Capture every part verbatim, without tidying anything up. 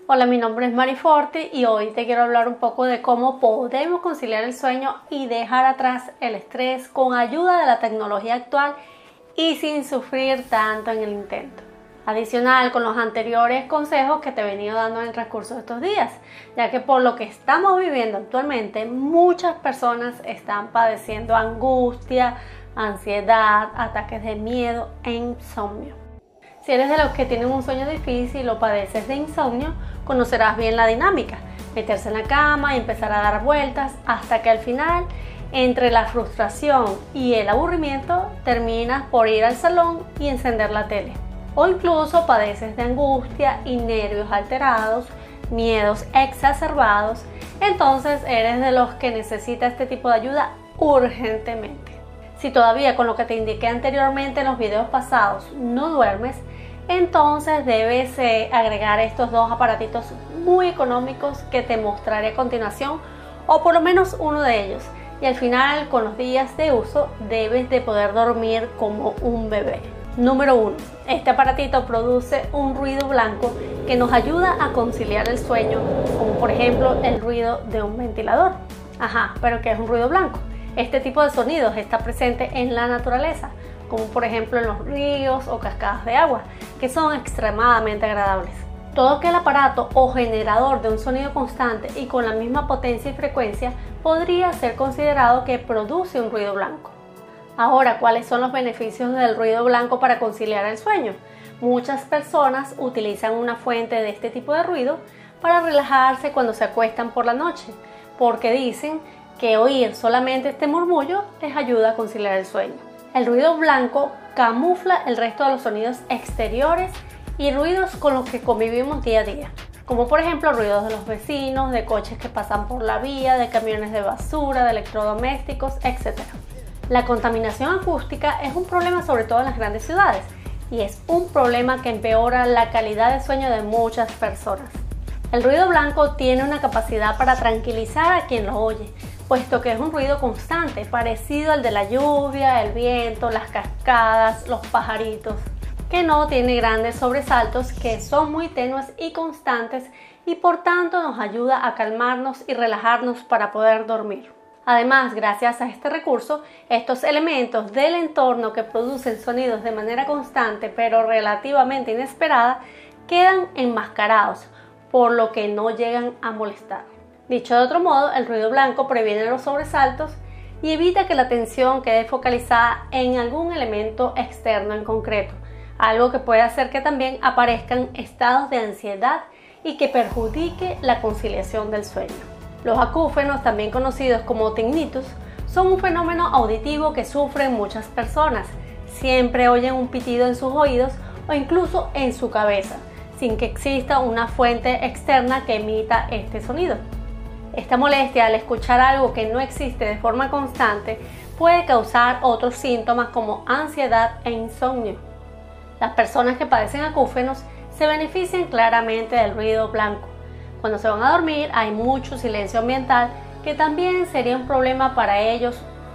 Hola, mi nombre es Mari Forti y hoy te quiero hablar un poco de cómo podemos conciliar el sueño y dejar atrás el estrés con ayuda de la tecnología actual y sin sufrir tanto en el intento. Adicional con los anteriores consejos que te he venido dando en el transcurso de estos días, ya que por lo que estamos viviendo actualmente, muchas personas están padeciendo angustia, ansiedad, ataques de miedo e insomnio. Si eres de los que tienen un sueño difícil o padeces de insomnio, conocerás bien la dinámica, meterse en la cama y empezar a dar vueltas hasta que al final, entre la frustración y el aburrimiento, terminas por ir al salón y encender la tele. O incluso padeces de angustia y nervios alterados, miedos exacerbados, entonces eres de los que necesita este tipo de ayuda urgentemente. Si todavía con lo que te indiqué anteriormente en los videos pasados no duermes, entonces debes eh, agregar estos dos aparatitos muy económicos que te mostraré a continuación, o por lo menos uno de ellos, y al final con los días de uso debes de poder dormir como un bebé. Número uno. Este aparatito produce un ruido blanco que nos ayuda a conciliar el sueño, como por ejemplo el ruido de un ventilador. Ajá, pero ¿qué es un ruido blanco? Este tipo de sonidos está presente en la naturaleza, como por ejemplo en los ríos o cascadas de agua, que son extremadamente agradables. Todo aquel aparato o generador de un sonido constante y con la misma potencia y frecuencia podría ser considerado que produce un ruido blanco. Ahora, ¿cuáles son los beneficios del ruido blanco para conciliar el sueño? Muchas personas utilizan una fuente de este tipo de ruido para relajarse cuando se acuestan por la noche, porque dicen que oír solamente este murmullo les ayuda a conciliar el sueño. El ruido blanco camufla el resto de los sonidos exteriores y ruidos con los que convivimos día a día, como por ejemplo ruidos de los vecinos, de coches que pasan por la vía, de camiones de basura, de electrodomésticos, etcétera. La contaminación acústica es un problema sobre todo en las grandes ciudades y es un problema que empeora la calidad de sueño de muchas personas. El ruido blanco tiene una capacidad para tranquilizar a quien lo oye, puesto que es un ruido constante, parecido al de la lluvia, el viento, las cascadas, los pajaritos, que no tiene grandes sobresaltos, que son muy tenues y constantes y por tanto nos ayuda a calmarnos y relajarnos para poder dormir. Además, gracias a este recurso, estos elementos del entorno que producen sonidos de manera constante pero relativamente inesperada quedan enmascarados, por lo que no llegan a molestar. Dicho de otro modo, el ruido blanco previene los sobresaltos y evita que la atención quede focalizada en algún elemento externo en concreto, algo que puede hacer que también aparezcan estados de ansiedad y que perjudique la conciliación del sueño. Los acúfenos, también conocidos como tinnitus, son un fenómeno auditivo que sufren muchas personas. Siempre oyen un pitido en sus oídos o incluso en su cabeza, sin que exista una fuente externa que emita este sonido. Esta molestia al escuchar algo que no existe de forma constante puede causar otros síntomas como ansiedad e insomnio. Las personas que padecen acúfenos se benefician claramente del ruido blanco. Cuando se van a dormir hay mucho silencio ambiental que también sería un problema para ellos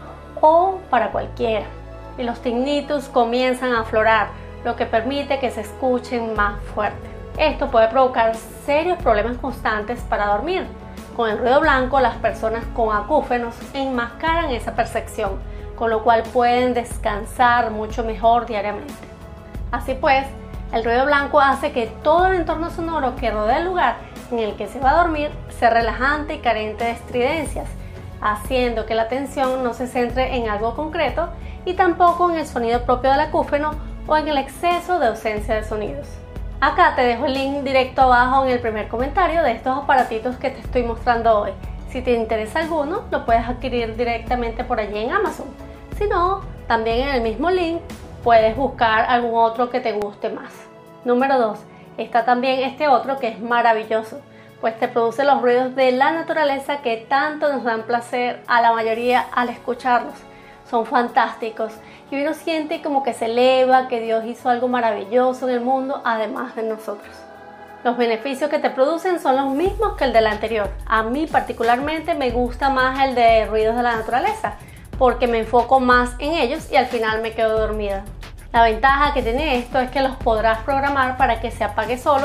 o para cualquiera. Y los tinnitus comienzan a aflorar, lo que permite que se escuchen más fuerte. Esto puede provocar serios problemas constantes para dormir. Con el ruido blanco, las personas con acúfenos enmascaran esa percepción, con lo cual pueden descansar mucho mejor diariamente. Así pues, el ruido blanco hace que todo el entorno sonoro que rodea el lugar en el que se va a dormir sea relajante y carente de estridencias, haciendo que la atención no se centre en algo concreto y tampoco en el sonido propio del acúfeno o en el exceso de ausencia de sonidos. Acá te dejo el link directo abajo en el primer comentario de estos aparatitos que te estoy mostrando hoy. Si te interesa alguno, lo puedes adquirir directamente por allí en Amazon. Si no, también en el mismo link puedes buscar algún otro que te guste más. Número dos. Está también este otro que es maravilloso, pues te produce los ruidos de la naturaleza que tanto nos dan placer a la mayoría al escucharlos. Son fantásticos y uno siente como que se eleva, que Dios hizo algo maravilloso en el mundo además de nosotros. Los beneficios que te producen son los mismos que el del anterior. A mí particularmente me gusta más el de ruidos de la naturaleza, porque me enfoco más en ellos y al final me quedo dormida. La ventaja que tiene esto es que los podrás programar para que se apague solo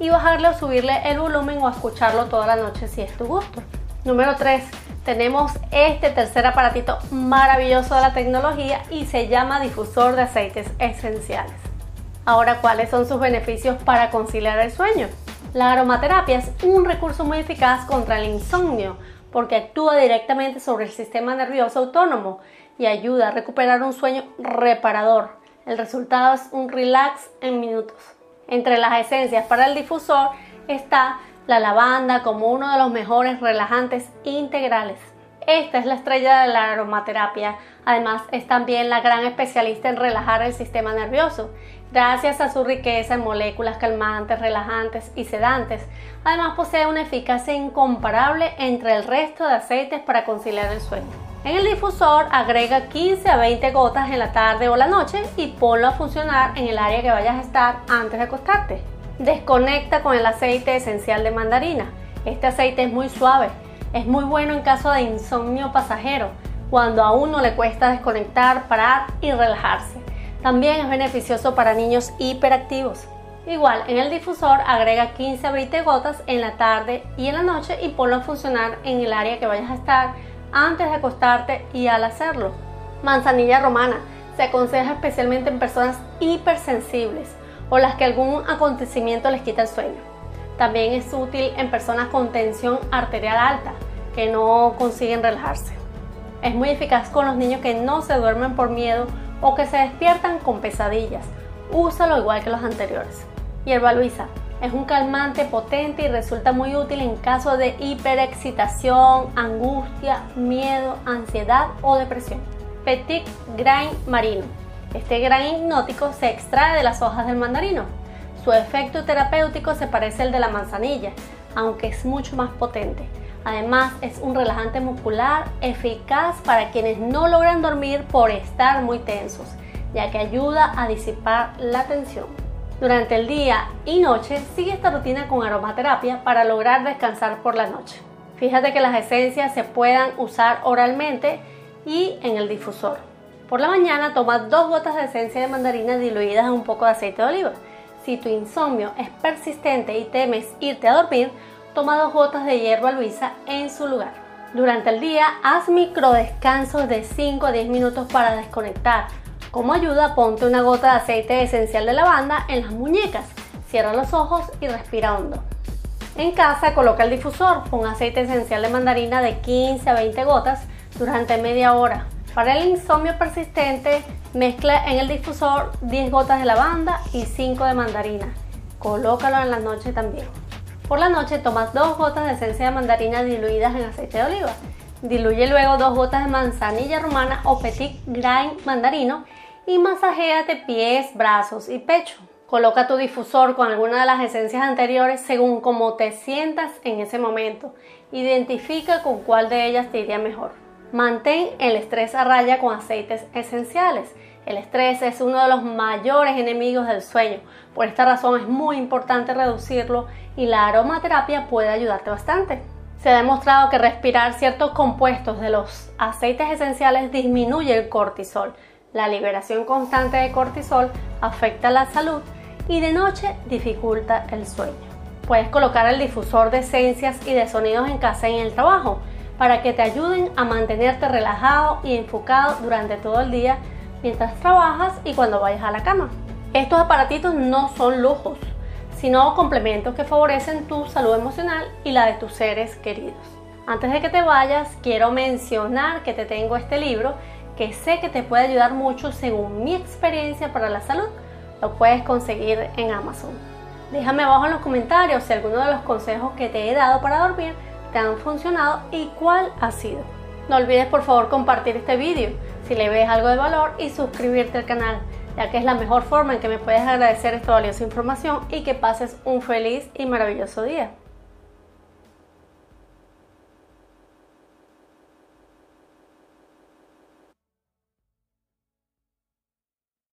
y bajarle o subirle el volumen o escucharlo toda la noche si es tu gusto. Número tres. Tenemos este tercer aparatito maravilloso de la tecnología y se llama difusor de aceites esenciales. Ahora, ¿cuáles son sus beneficios para conciliar el sueño? La aromaterapia es un recurso muy eficaz contra el insomnio porque actúa directamente sobre el sistema nervioso autónomo y ayuda a recuperar un sueño reparador. El resultado es un relax en minutos. Entre las esencias para el difusor está la lavanda como uno de los mejores relajantes integrales. Esta es la estrella de la aromaterapia. Además, es también la gran especialista en relajar el sistema nervioso, gracias a su riqueza en moléculas calmantes, relajantes y sedantes. Además, posee una eficacia incomparable entre el resto de aceites para conciliar el sueño. En el difusor agrega quince a veinte gotas en la tarde o la noche y ponlo a funcionar en el área que vayas a estar antes de acostarte. Desconecta con el aceite esencial de mandarina. Este aceite es muy suave, es muy bueno en caso de insomnio pasajero, cuando a uno le cuesta desconectar, parar y relajarse. También es beneficioso para niños hiperactivos. Igual, en el difusor agrega quince a veinte gotas en la tarde y en la noche y ponlo a funcionar en el área que vayas a estar antes de acostarte y al hacerlo. Manzanilla romana se aconseja especialmente en personas hipersensibles o las que algún acontecimiento les quita el sueño. También es útil en personas con tensión arterial alta que no consiguen relajarse. Es muy eficaz con los niños que no se duermen por miedo o que se despiertan con pesadillas. Úsalo igual que los anteriores. Hierba Luisa es un calmante potente y resulta muy útil en caso de hiperexcitación, angustia, miedo, ansiedad o depresión. Petit Grain Marino. Este gran hipnótico se extrae de las hojas del mandarino. Su efecto terapéutico se parece al de la manzanilla, aunque es mucho más potente. Además, es un relajante muscular eficaz para quienes no logran dormir por estar muy tensos, ya que ayuda a disipar la tensión. Durante el día y noche, sigue esta rutina con aromaterapia para lograr descansar por la noche. Fíjate que las esencias se puedan usar oralmente y en el difusor. Por la mañana toma dos gotas de esencia de mandarina diluidas en un poco de aceite de oliva. Si tu insomnio es persistente y temes irte a dormir, toma dos gotas de hierba luisa en su lugar. Durante el día, haz microdescansos de cinco a diez minutos para desconectar. Como ayuda, ponte una gota de aceite esencial de lavanda en las muñecas. Cierra los ojos y respira hondo. En casa, coloca el difusor, pon aceite esencial de mandarina de quince a veinte gotas durante media hora. Para el insomnio persistente, mezcla en el difusor diez gotas de lavanda y cinco de mandarina. Colócalo en la noche también. Por la noche tomas dos gotas de esencia de mandarina diluidas en aceite de oliva. Diluye luego dos gotas de manzanilla romana o Petit Grain mandarino y masajéate pies, brazos y pecho. Coloca tu difusor con alguna de las esencias anteriores según cómo te sientas en ese momento. Identifica con cuál de ellas te iría mejor. Mantén el estrés a raya con aceites esenciales. El estrés es uno de los mayores enemigos del sueño. Por esta razón es muy importante reducirlo y la aromaterapia puede ayudarte bastante. Se ha demostrado que respirar ciertos compuestos de los aceites esenciales disminuye el cortisol. La liberación constante de cortisol afecta la salud y de noche dificulta el sueño. Puedes colocar el difusor de esencias y de sonidos en casa y en el trabajo para que te ayuden a mantenerte relajado y enfocado durante todo el día mientras trabajas y cuando vayas a la cama. Estos aparatitos no son lujos, sino complementos que favorecen tu salud emocional y la de tus seres queridos. Antes de que te vayas, quiero mencionar que te tengo este libro que sé que te puede ayudar mucho según mi experiencia para la salud. Lo puedes conseguir en Amazon. Déjame abajo en los comentarios si alguno de los consejos que te he dado para dormir te han funcionado y cuál ha sido. No olvides por favor compartir este vídeo si le ves algo de valor y suscribirte al canal, ya que es la mejor forma en que me puedes agradecer esta valiosa información y que pases un feliz y maravilloso día.